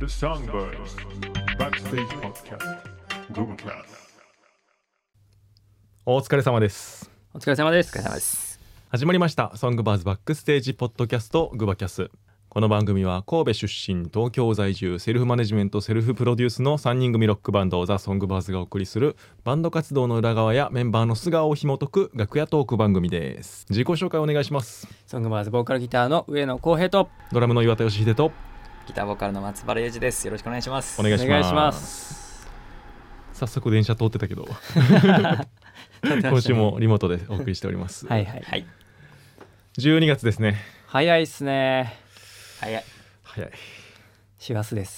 Songbirds Backstage Podcast Googlecast。 お疲れ様です。 お疲れ様です。 お疲れ様です。 始まりましたソングバーズバックステージポッドキャストグバキャス。この番組は神戸出身、東京在住、セルフマネジメントセルフプロデュースの3人組ロックバンドザ・ソングバーズがお送りするバンド活動の裏側やメンバーの素顔を紐解く楽屋トーク番組です。自己紹介お願いします。 ソングバーズボーカルギターの上野浩平とドラムの岩田義秀とギターボーカルの松原裕二です。よろしくお願いします。 お願いします。 お願いします。 早速電車通ってたけど今週もリモートでお送りしておりますはいはい、 はい。 12月ですね。 早いっすね。 早い。 早い。 師走です。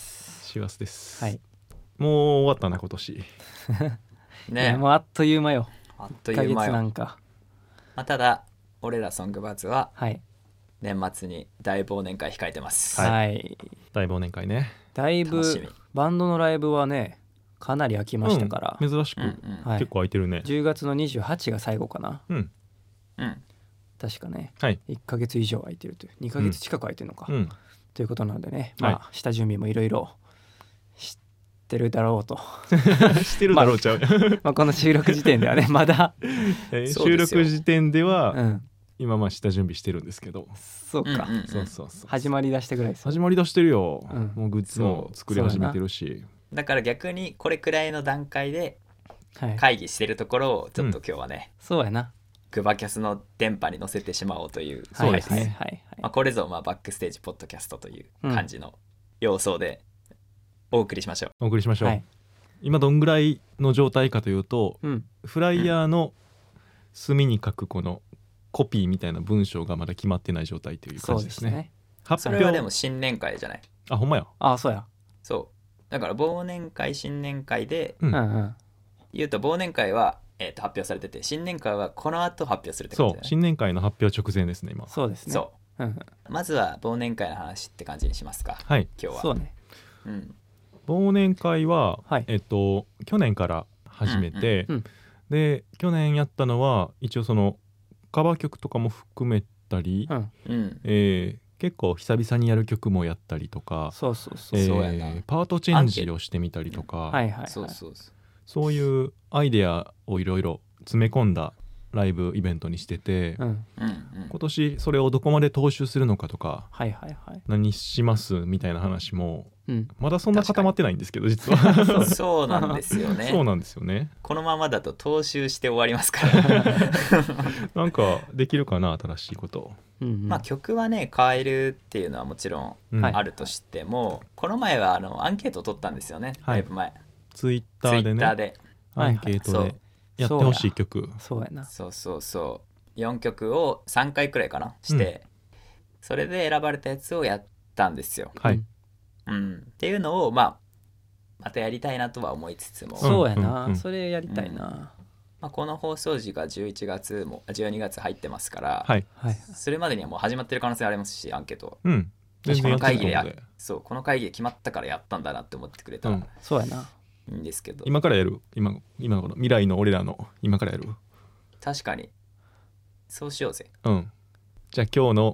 師走です、 はい。 もう終わったな今年。 いねやもうあっという間よ。 あっと 1ヶ月いう間よ。 なんか。 ただ俺らソングバーズははい年末に大忘年会控えてます。 はいはい。 大忘年会ね。 だい楽しみぶバンドのライブはねかなり空きましたから、 珍しく、 うんうんはい、 結構空いてるね。 10月の28が最後かな。 うんうん確かねはい 1ヶ月以上空いてるという2ヶ月近く空いてるのか、 うんということなのでね、 はいまあ下準備もいろいろ知ってるだろうとしてるだろうちゃう、 まあこの収録時点ではねまだ収そうですよ録時点では、 うん今まあ下準備してるんですけど、 そうか、 うんうんうんそうそうそう始まりだしてぐらいです。 始まりだしてるよ、 うんもうグッズも作り始めてるし。 だから逆にこれくらいの段階ではい、 会議してるところをちょっと今日はね、 そうやな。 グバキャスの電波に乗せてしまおうというそうですねはいはいはいまあ、これぞまあバックステージポッドキャストという感じの様相でお送りしましょう。 お送りしましょう、 はい今どんぐらいの状態かというと、 うんフライヤーの隅に書くこのコピーみたいな文章がまだ決まってない状態というそう感じですね。 ですね。 発表それはでも新年会じゃない。 あほんまや。 ああそうや。 そうだから忘年会新年会でううんんうん。 言うと忘年会は、発表されてて新年会はこの後発表するってそう感じだね。 新年会の発表直前ですね今。 そうですね。 そうんうん。 うまずは忘年会の話って感じにしますかはい。 今日は。 そうね。 うん忘年会は、 はい去年から始めて、 うんうんで去年やったのは一応そのカバー曲とかも含めたり、 うん。 うん結構久々にやる曲もやったりとか、 そうそうそう。 そうやなパートチェンジをしてみたりとか、 はいはいはい。 そうそうそうそういうアイデアをいろいろ詰め込んだライブイベントにしてて、 うん。 うんうん今年それをどこまで踏襲するのかとかはいはいはい。 何しますみたいな話もうん。 まだそんな固まってないんですけど実はそうなんですよね。 そうなんですよね。 このままだと踏襲して終わりますからなんかできるかな新しいこと。 うんうん。 まあ曲はね変えるっていうのはもちろんうんはいあるとしても、この前はアンケートを取ったんですよね、 はいだいぶ前ツイッタツイーでねッターで。 アンケートはいでやってほしい曲。 そうやな。 そうそうそう4曲を3回くらいかなして、それで選ばれたやつをやったんですよ、 はい、 っていうのをまたやりたいなとは思いつつも、 そうやうんうんう。 なんそれやりたいな。 この放送時が11月も12月入ってますから、 はい、 はい。 それまでにはもう始まってる可能性ありますしアンケートはうん全然やってると思うで、 そうこの会議で決まったからやったんだなって思ってくれたらうんそうやな。 いいんですけど、 今からやる今のこの未来の俺らの今からやる。 確かにそうしようぜ。 うんじゃあ今日の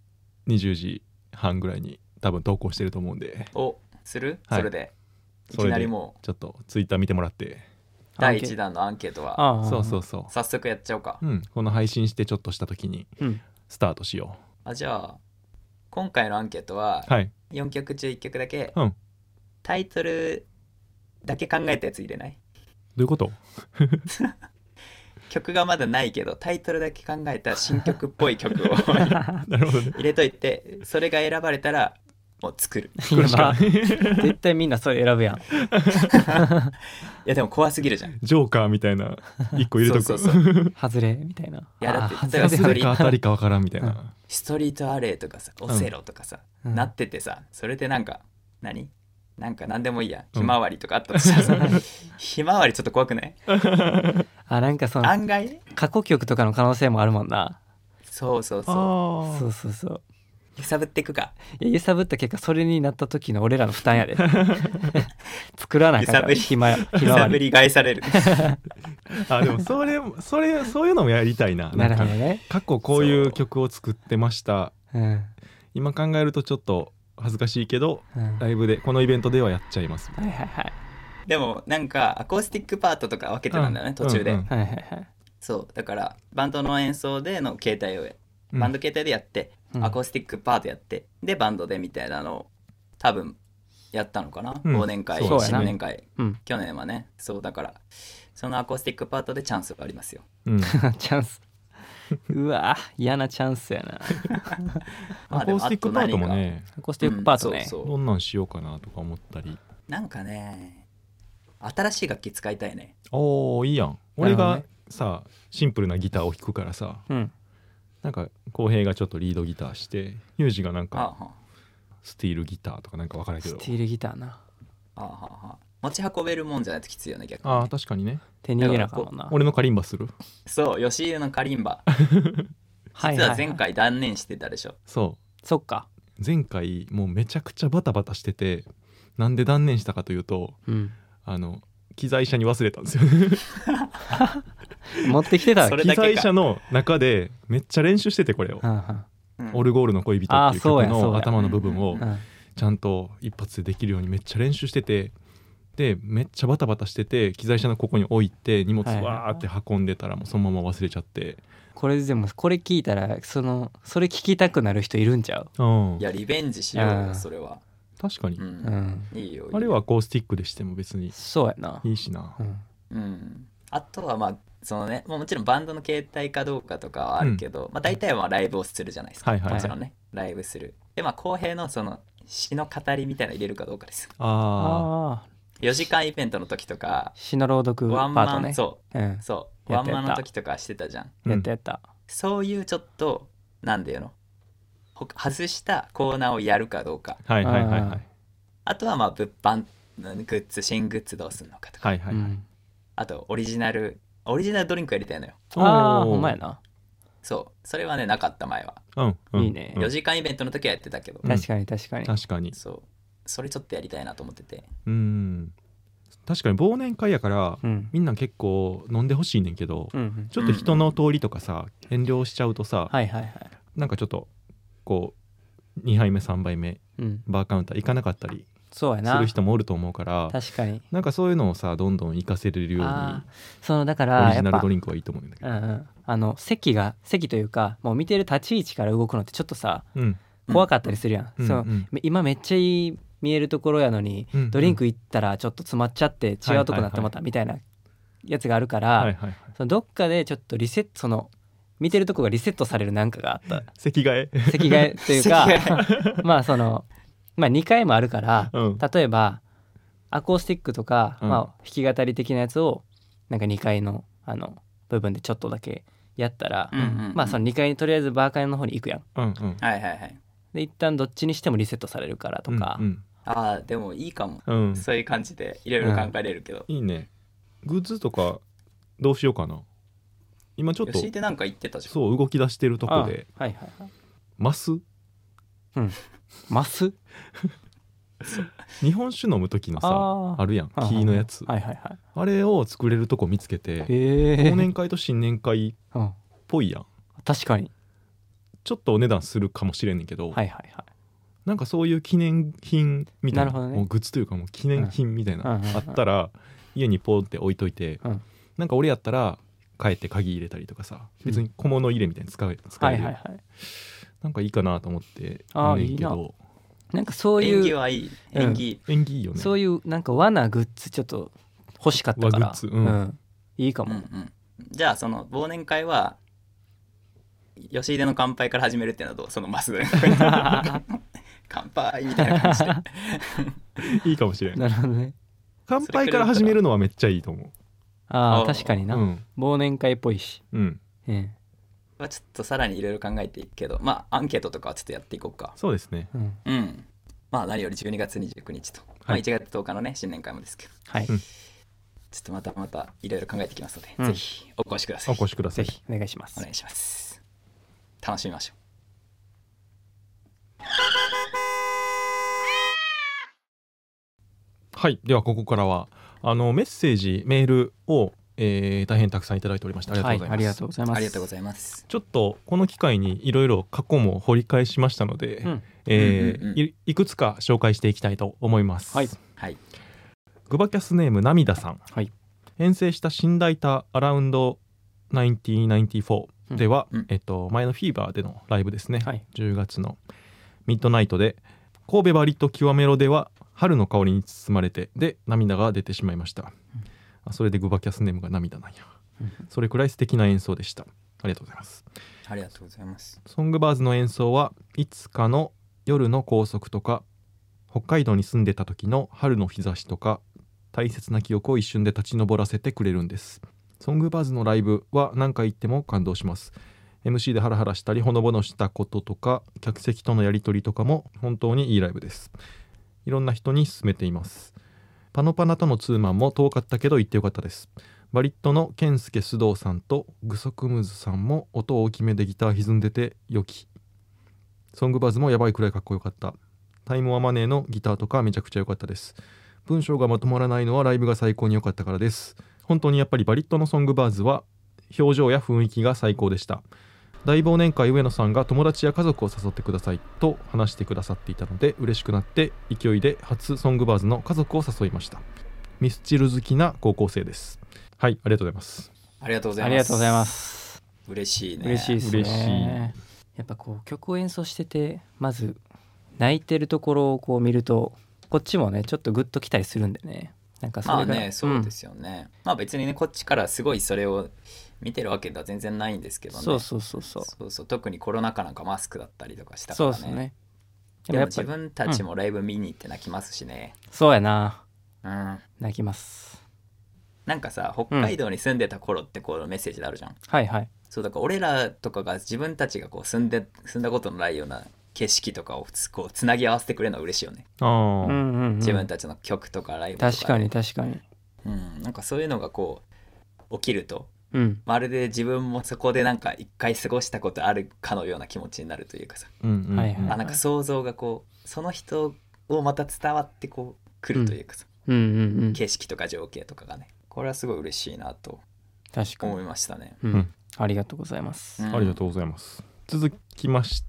20時半ぐらいに多分投稿してると思うんで、 おする、 はいそれでいそれできなりもうちょっとツイッター見てもらって、 第1弾のアンケートはああ。 そうそうそ早速やっちゃおうか、 う、この配信してちょっとした時にうん。 スタートしよじゃあ今回のアンケートはう。はい 4曲中1曲だけうんタイトルだけ考えたやつ入れない？ どういうこと曲がまだないけどタイトルだけ考えた新曲っぽい曲をなるほどね。 入れといて、それが選ばれたらもう作る。 今絶対みんなそれ選ぶやん。 いやでも怖すぎるじゃん。 ジョーカーみたいな一個入れとく。 そうそうそう外れみたいな。 いやだってあ例えば外れ誰か当たりかわからんみたいな、 ストリートアレイとかさオセロとかさ、 うんなっててさ、それでなんか何でもいいや、ひまわりとかあったとしたらさ、ひまわりちょっと怖くない？ あなんかその案外ね。 過去曲とかの可能性もあるもんな。 そうそうそあそうそうそう。 う揺さぶっていくか。 いや揺さぶった結果それになった時の俺らの負担やで。作らなあかんからひま揺さぶり返される。 あでもそういうのもやりたいな。 なるほんかどね。 過去こういう曲を作ってました。 うん。 今考えるとちょっと恥ずかしいけどうんライブでこのイベントではやっちゃいます。 はいはいはいでもなんかアコースティックパートとか分けてたんだよね、 うん途中で、 うんうんはいはいはいそうだからバンドの演奏での携帯をバンド携帯でやって、 うんアコースティックパートやってでバンドでみたいなのを多分やったのかな、 うん忘年会そうやな新年会うん去年はねそうだからそのアコースティックパートでチャンスがありますよ。 うんチャンスうわ嫌なチャンスやなアコースティックパートもねアコースティックパートね、 そうどんなんしようかなとか思ったり。 なんかね新しい楽器使いたいね。 おーいいやん。俺がなるほどねさシンプルなギターを弾くからさ、 うんなんか浩平がちょっとリードギターしてユージがなんかあスティールギターとかなんか分からんけど。 スティールギターな持ち運べるもんじゃないときついよね逆に。 ああ確かにね。 手に入れなあかんもんな俺のカリンバする。 そう吉井のカリンバはい実は前回断念してたでしょ。 そそっかう前回もうめちゃくちゃバタバタしてて、なんで断念したかというとうん機材車に忘れたんですよね。 持ってきてたわけそれだけか機材車の中でめっちゃ練習しててこれを、 うんうんうんオルゴールの恋人っていうあーそう曲のやそうや頭の部分をうんちゃんと一発でできるようにめっちゃ練習してて、でめっちゃバタバタしてて機材車のここに置いて荷物はいはいわーって運んでたらもうそのまま忘れちゃって、 これでもこれ聞いたらそれ聞きたくなる人いるんちゃううんいやリベンジしよううんよそれは。 確かに、 うんいいよいいよあれはアコースティックでしても別にそうやないいしな。 うんあとはまあそのねもちろんバンドの形態かどうかとかはあるけど、まあ大体はライブをするじゃないですか、 はいはいはいもちろんねライブするでまあ浩平のその詩の語りみたいなの入れるかどうかですよ。 あああ 4時間イベントの時とか詩の朗読ワンマン、 パートねそううんそうワンやったやったマンの時とかしてたじゃん。 うんやったやったそういうちょっとなんだよの外したコーナーをやるかどうか。 あはいはいはいはあーいあとはまあ物販グッズ新グッズどうするのかとか、 はいはいはい、 うんあとオリジナルドリンクやりたいのよ。 ああおーほんまやなそうそれはねなかった前は、 うんうん、 いいねうん 4時間イベントの時はやってたけど、 うん確かに確かに確かにそうそれちょっとやりたいなと思ってて。 うん確かに忘年会やから、 うんみんな結構飲んでほしいねんけど、 うんうんちょっと人の通りとかさ遠慮しちゃうとさ、 はいはいはいなんかちょっとこう2杯目3杯目うんバーカウンター行かなかったりすそうやなる人もおると思うから、 確かになんかそういうのをさどんどん活かせれるようにあーそのだかオリジらやっぱナルドリンクはいいと思うんだけど、 うんうん席というかもう見てる立ち位置から動くのってちょっとさうん怖かったりするやん、そううんうん今めっちゃいい見えるところやのに、 うんドリンク行ったらちょっと詰まっちゃって違うとこなってもったみたいなやつがあるから、 はいはいはい、 そのどっかでちょっとリセットその見てるとこがリセットされるなんかがあった席替え席替えというか席まあそのまあ2回もあるから、 うん例えばアコースティックとか、 うんまあ、弾き語り的なやつをなんか2階の部分でちょっとだけやったら、 うんうんうんまあその2階にとりあえずバーカーの方に行くやん。 うんうんはいはいはい。 で一旦どっちにしてもリセットされるからとか、 うんああでもいいかも、 うんうんそういう感じでいろいろ考えれるけど、 いいね。グッズとかどうしようかな。今ちょっと吉井ってなんか言ってたじゃん。 そう動き出してるとこであはいはいはいマスマス日本酒飲む時のさあーあるやん木のやつはいはいはいあれを作れるとこ見つけてへえ忘年会と新年会っうん、 ぽいやん。 確かにちょっとお値段するかもしれんねんけど、 はいはいはいなんかそういう記念品みたいななるほどねもうグッズというかもう記念品みたいな、 うんあったら家にポンって置いといて、 うんなんか俺やったら帰って鍵入れたりとかさ別に小物入れみたいに使える、 はいはいはいなんかいいかなと思ってあーんねんけどなんかそう縁いう起はいいうん縁起、 縁起いいよね。 そういうなんか罠グッズちょっと欲しかったから和グッズうんいいかも、 うんうん、じゃあその忘年会は吉出の乾杯から始めるっていうのはどうそのマス乾杯みたいな感じでいいかもしれん。 なるほどね乾杯から始めるのはめっちゃいいと思う。 あああー確かにな、 うん忘年会っぽいし、 うんうんはちょっとさらにいろいろ考えていくけどまあアンケートとかはちょっとやっていこうか。 そうですね。 うん、 うんまあ何より12月29日と、まあ、 はい 1月10日のね新年会もですけどはい、 うんちょっとまたいろいろ考えていきますので、 うんぜひお越しくださおい。 越しください。 ぜひお願いしますお願いします。楽しみましょはい、ではここからはメッセージメールを、 大変たくさんいただいておりました。ありがとうございます。 ありがとうございます。 ありがとうございます。 ちょっとこの機会にいろいろ過去も掘り返しましたので、いくつか紹介していきたいと思います。 はい、 はい、 グバキャスネーム涙さん、 はい、 遠征した新大田アラウンド1994では、前のフィーバーでのライブですね、 はい、 10月のミッドナイトで神戸バリット極めろでは春の香りに包まれてで涙が出てしまいました、それでグバキャスネームが涙なんや、それくらい素敵な演奏でした。ありがとうございます。 ありがとうございます。 ソングバーズの演奏はいつかの夜の高速とか北海道に住んでた時の春の日差しとか大切な記憶を一瞬で立ち上らせてくれるんです。ソングバーズのライブは何回行っても感動します。 MC でハラハラしたりほのぼのしたこととか客席とのやり取りとかも本当にいいライブです。いろんな人に勧めています。パノパナとのツーマンも遠かったけど行ってよかったです。バリットの健介須藤さんとグソクムズさんも音大きめでギター歪んでて良き。ソングバーズもやばいくらいかっこよかった。タイムワマネーのギターとかめちゃくちゃ良かったです。文章がまとまらないのはライブが最高に良かったからです。本当にやっぱりバリットのソングバーズは表情や雰囲気が最高でした。大忘年会上野さんが友達や家族を誘ってくださいと話してくださっていたので嬉しくなって勢いで初ソングバーズの家族を誘いました。ミスチル好きな高校生です。はい、ありがとうございます。 ありがとうございます。 ありがとうございます。 嬉しいね。 嬉しいですね。 嬉しい。 やっぱこう曲を演奏しててまず泣いてるところをこう見るとこっちもねちょっとグッときたりするんでね。なんかそれがまあね、そうですよね、まあ別にねこっちからすごいそれを見てるわけでは全然ないんですけどね。そう特にコロナ禍なんかマスクだったりとかしたからね。 そうですね。 でも自分たちもライブ見に行って泣きますしね、 そうやな、 泣きます。 なんかさ北海道に住んでた頃ってこうメッセージであるじゃん、 はいはい。 そうだから俺らとかが自分たちがこう住んだことのないような景色とかをこうつなぎ合わせてくれるのは嬉しいよね。自分たちの曲とかライブとか、 確かに確かに、 なんかそういうのがこう起きると、 まるで自分もそこでなんか一回過ごしたことあるかのような気持ちになるというかさ、なんか想像がこうその人をまた伝わってこう来るというかさ、景色とか情景とかがね、これはすごい嬉しいなと思いましたね。 ありがとうございます、 ありがとうございます。続きまして、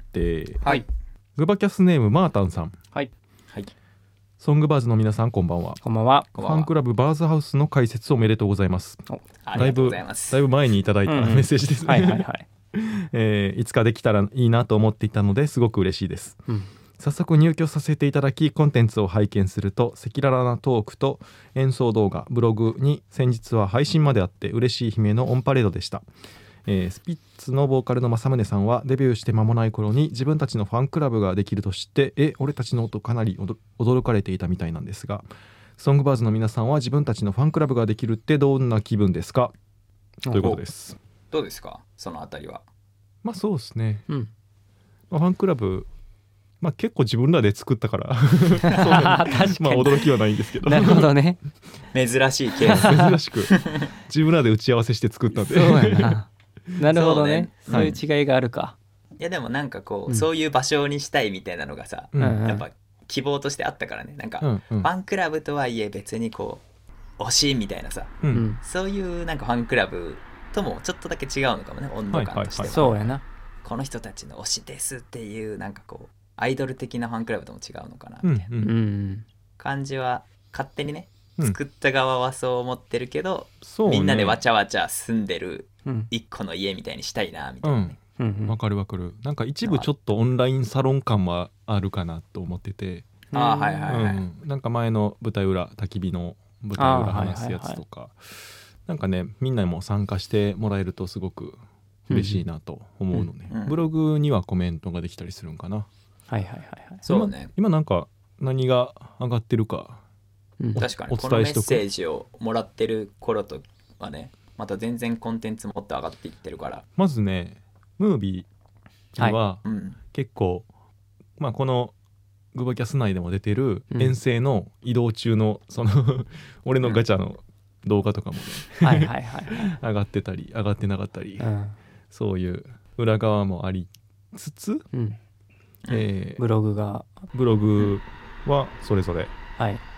はい、 グバキャスネームマータンさん、 はいはい、 ソングバーズの皆さんこんばんは。 こんばんは。 ファンクラブバーズハウスの開設おめでとうございます。 ありがとうございます。 だいぶ前にいただいたメッセージですね。いつかできたらいいなと思っていたのですごく嬉しいです、早速入居させていただきコンテンツを拝見すると赤裸々なトークと演奏動画ブログに先日は配信まであって嬉しい悲鳴のオンパレードでした。スピッツのボーカルの正宗さんはデビューして間もない頃に自分たちのファンクラブができると知って俺たちの音かなり驚かれていたみたいなんですが、ソングバーズの皆さんは自分たちのファンクラブができるってどんな気分ですかということです。 どうですかそのあたりは。 まあそうですね、ファンクラブ、結構自分らで作ったから確かに驚きはないんですけど。 なるほどね。 珍しいケース。 珍しく自分らで打ち合わせして作ったんで。 そうやな。なるほどね。そういう違いがあるか。 いやでもなんかこう、そういう場所にしたいみたいなのがさ、やっぱ希望としてあったからね。なんか、ファンクラブとはいえ別にこう推しみたいなさ、そういうなんかファンクラブともちょっとだけ違うのかもね、温度感としては。 そうやな。 この人たちの推しですっていうなんかこうアイドル的なファンクラブとも違うのかなみたいな感じは勝手にね、作った側はそう思ってるけど、みんなでわちゃわちゃ住んでる一個の家みたいにしたいなみたいなね。 わかるわかる。なんか一部ちょっとオンラインサロン感はあるかなと思ってて、なんか前の舞台裏焚き火の舞台裏話すやつとか、なんかねみんなも参加してもらえるとすごく嬉しいなと思うのね、ブログにはコメントができたりするんかな。 そうね。 今なんか何が上がってるか、 確かにこのメッセージをもらってる頃とはね、また全然コンテンツもっと上がっていってるから。 まずねムービーには結構、このグバキャス内でも出てる遠征の移動中のその俺のガチャの動画とかもね上がってたり上がってなかったり、そういう裏側もありつつ、 ブログはそれぞれ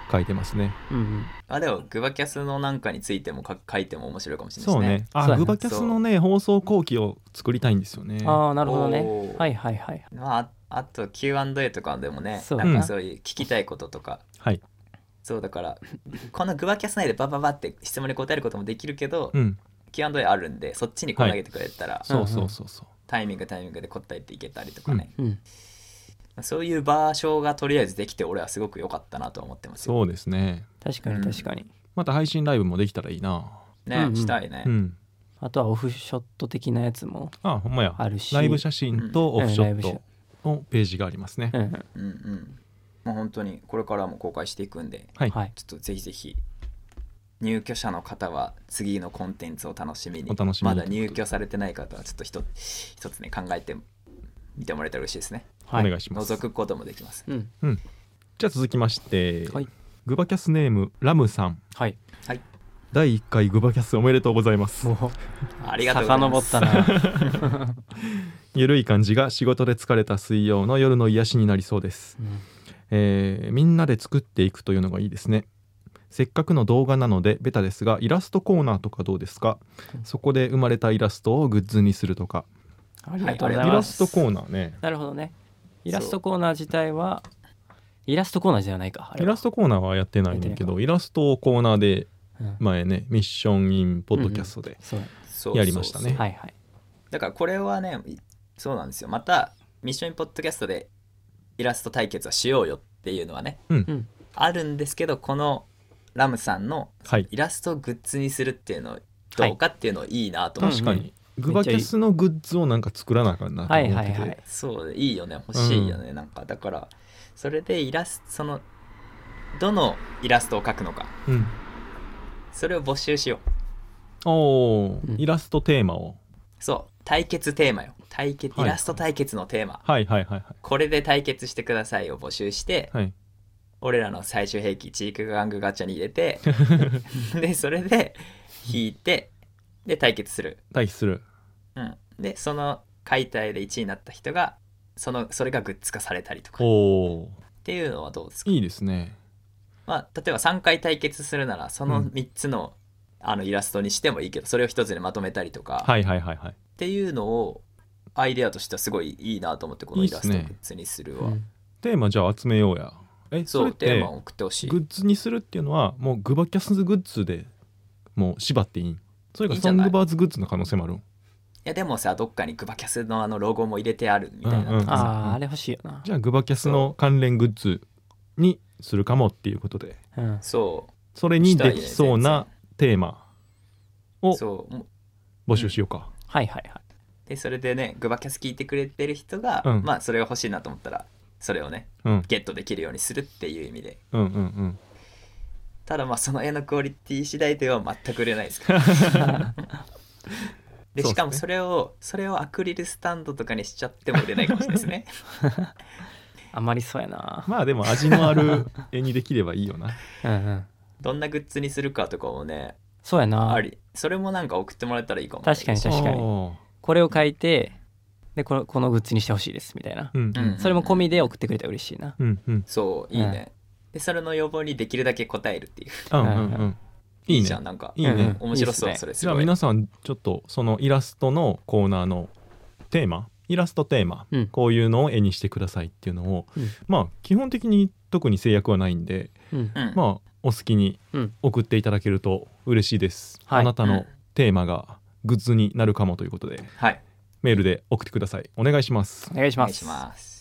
書いてますね。 でもグバキャスのなんかについても書いても面白いかもしれないですね。 そうね。グバキャスのね放送後期を作りたいんですよね。 なるほどね。はいはいはい。 あと Q&A とかでもね、なんかそういう聞きたいこととか、そうだからこのグバキャス内でバババって質問に答えることもできるけど、Q&A あるんでそっちに投げてくれたら、 そうタイミングで答えていけたりとかね、そういう場所がとりあえずできて俺はすごく良かったなと思ってますよ。 そうですね。 確かに確かに。 また配信ライブもできたらいいな。 ね、したいね。 あとはオフショット的なやつもほんまやあるし、ライブ写真とオフショットのページがありますね。 もう本当にこれからも公開していくんで、ちょっとぜひぜひ入居者の方は次のコンテンツを楽しみに、まだ入居されてない方はちょっと一つね考えて見てもらえたら嬉しいですね。 お願いします。 覗くこともできます。 じゃあ続きまして、グバキャスネームラムさん。第1回グバキャスおめでとうございます。 ありがとうございます。 遡ったな。 ゆるい感じが仕事で疲れた水曜の夜の癒しになりそうです。みんなで作っていくというのがいいですね。せっかくの動画なのでベタですが、イラストコーナーとかどうですか？そこで生まれたイラストをグッズにするとか。 ありがとうございます。 イラストコーナーね。 なるほどね。イラストコーナー自体はイラストコーナーじゃないか。 イラストコーナーはやってないんだけど、イラストコーナーで前ね、ミッションインポッドキャストでやりましたね。 だからこれはね、そうなんですよ。またミッションインポッドキャストでイラスト対決はしようよっていうのはね、あるんですけど、このラムさんのイラストをグッズにするっていうのどうかっていうのをいいなと思って、 確かにグバキャスのグッズをなんか作らなあかんなと思ってて、 そういいよね、欲しいよね、なんかだからそれでそのどのイラストを描くのか、それを募集しよう。イラストテーマを、 そう対決テーマよ、イラスト対決のテーマ、これで対決してくださいを募集して、俺らの最終兵器チーク玩具ガチャに入れてでそれで引いてで対決する、でその解体で1位になった人がそれがグッズ化されたりとかっていうのはどうですか？ いいですね。 例えば3回対決するならその3つの、イラストにしてもいいけど、それを1つでまとめたりとか、っていうのをアイデアとしてはすごいいいなと思って、このイラストをグッズにするわ。 テーマじゃあ集めようや。 そう、テーマを送ってほしい。 グッズにするっていうのはもうグバキャスグッズでもう縛っていい？それかソングバーズグッズの可能性もある？いやでもさ、どっかにグバキャスのロゴも入れてあるみたいな、 あれ欲しいよな。 じゃあグバキャスの関連グッズにするかもっていうことで、 それにできそうなテーマを募集しようか。 でそれでね、グバキャス聞いてくれてる人が、それが欲しいなと思ったらそれをね、ゲットできるようにするっていう意味で、ただその絵のクオリティ次第では全く売れないですからでしかもそれをアクリルスタンドとかにしちゃっても売れないかもしれないですねあまりそうやな。 でも味のある絵にできればいいよなどんなグッズにするかとかもね、 そうやな、 それもなんか送ってもらえたらいいかも。 確かにこれを書いて、でこのグッズにしてほしいですみたいな、それも込みで送ってくれたら嬉しいな。 そういいね、でそれの要望にできるだけ答えるっていういいじゃん、なんかいいね、面白そう。それすごい。 じゃあ皆さんちょっとそのイラストのコーナーのテーマ、イラストテーマ、こういうのを絵にしてくださいっていうのを、基本的に特に制約はないんで、お好きに送っていただけると嬉しいです。あなたのテーマがグッズになるかもということで、メールで送ってください。お願いします。 お願いします。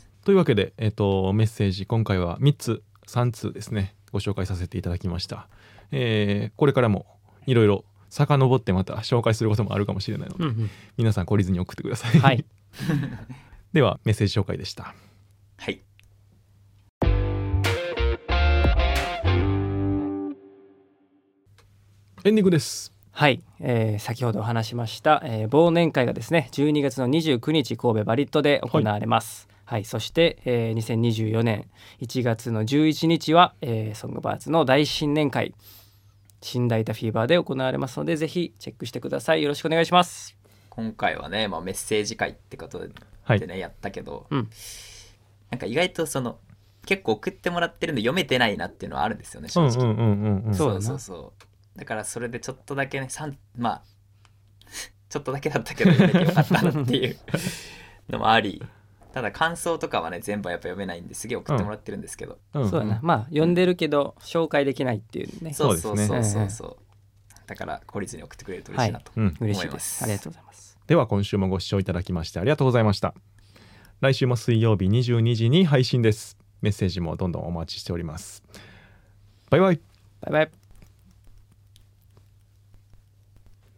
というわけで、メッセージ今回は3通ですね、ご紹介させていただきました。これからもいろいろ遡ってまた紹介することもあるかもしれないので、皆さん懲りずに送ってください。ではメッセージ紹介でした。エンディングです。 先ほどお話しました、忘年会がですね12月の29日神戸バリットで行われます。そして、2024年1月の11日は、ソングバーズの大新年会新大田フィーバーで行われますので、ぜひチェックしてください。よろしくお願いします。 今回はね、メッセージ会ってことでね、やったけど、なんか意外とその結構送ってもらってるんで読めてないなっていうのはあるんですよね、正直。そうだからそれでちょっとだけねまあちょっとだけだったけど読めてよかったなっていうのもあり、ただ感想とかはね全部はやっぱ読めないんですげえ送ってもらってるんですけど、 そうだな、まあ読んでるけど紹介できないっていうね。 そうだから懲りずに送ってくれると嬉しいなと思います、 嬉しいです。ありがとうございます。 では今週もご視聴いただきましてありがとうございました。来週も水曜日22時に配信です。メッセージもどんどんお待ちしております。バイバイ。 バイバイ。